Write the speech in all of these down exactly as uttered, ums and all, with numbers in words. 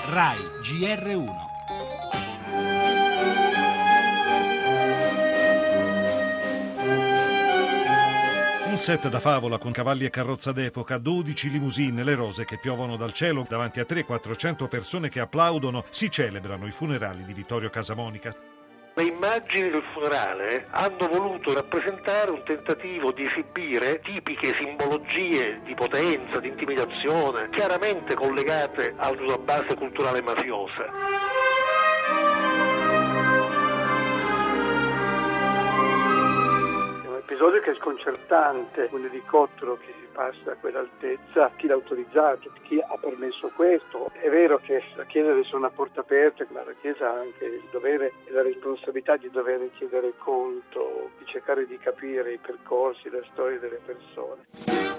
Rai G R uno. Un set da favola con cavalli e carrozza d'epoca, dodici limousine, le rose che piovono dal cielo, davanti a trecento-quattrocento persone che applaudono, si celebrano i funerali di Vittorio Casamonica. Le immagini del funerale hanno voluto rappresentare un tentativo di esibire tipiche simbologie di potenza, di intimidazione, chiaramente collegate alla base culturale mafiosa. L'episodio che è sconcertante, un elicottero che si passa a quell'altezza, chi l'ha autorizzato, chi ha permesso questo. È vero che la Chiesa deve essere una porta aperta, ma la Chiesa ha anche il dovere e la responsabilità di dover chiedere conto, di cercare di capire i percorsi, la storia delle persone.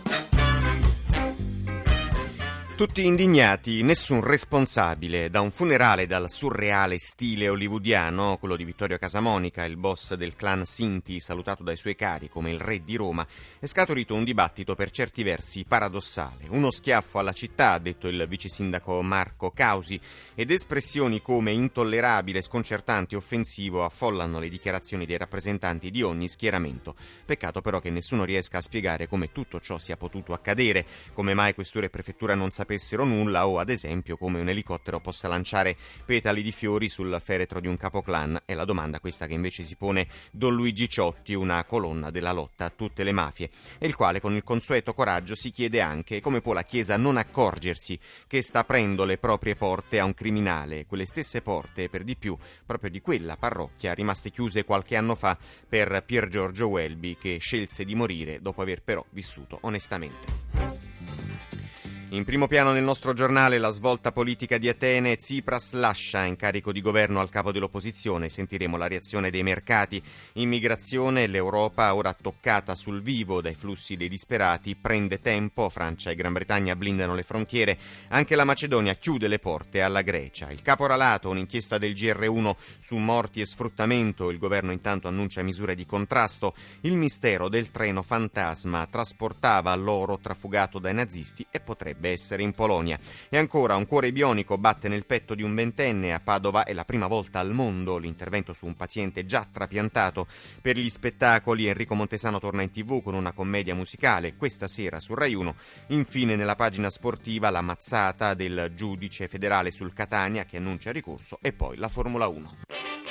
Tutti indignati, nessun responsabile. Da un funerale dal surreale stile hollywoodiano, quello di Vittorio Casamonica, il boss del clan Sinti, salutato dai suoi cari come il re di Roma, è scaturito un dibattito per certi versi paradossale. Uno schiaffo alla città, ha detto il vice sindaco Marco Causi, ed espressioni come intollerabile, sconcertante e offensivo affollano le dichiarazioni dei rappresentanti di ogni schieramento. Peccato però che nessuno riesca a spiegare come tutto ciò sia potuto accadere, come mai questura e prefettura non sapessero nulla o, ad esempio, come un elicottero possa lanciare petali di fiori sul feretro di un capoclan. È la domanda questa che invece si pone Don Luigi Ciotti, una colonna della lotta a tutte le mafie, e il quale con il consueto coraggio si chiede anche come può la Chiesa non accorgersi che sta aprendo le proprie porte a un criminale, quelle stesse porte, per di più, proprio di quella parrocchia rimaste chiuse qualche anno fa per Pier Giorgio Welby, che scelse di morire dopo aver però vissuto onestamente. In primo piano nel nostro giornale la svolta politica di Atene, Tsipras lascia incarico di governo al capo dell'opposizione, sentiremo la reazione dei mercati. Immigrazione, l'Europa ora toccata sul vivo dai flussi dei disperati, prende tempo, Francia e Gran Bretagna blindano le frontiere, anche la Macedonia chiude le porte alla Grecia. Il caporalato, un'inchiesta del G R uno su morti e sfruttamento, il governo intanto annuncia misure di contrasto, il mistero del treno fantasma, trasportava l'oro trafugato dai nazisti e potrebbe essere in Polonia. E ancora, un cuore bionico batte nel petto di un ventenne a Padova, è la prima volta al mondo l'intervento su un paziente già trapiantato. Per gli spettacoli Enrico Montesano torna in tv con una commedia musicale questa sera su Rai uno. Infine nella pagina sportiva la mazzata del giudice federale sul Catania che annuncia ricorso e poi la Formula uno.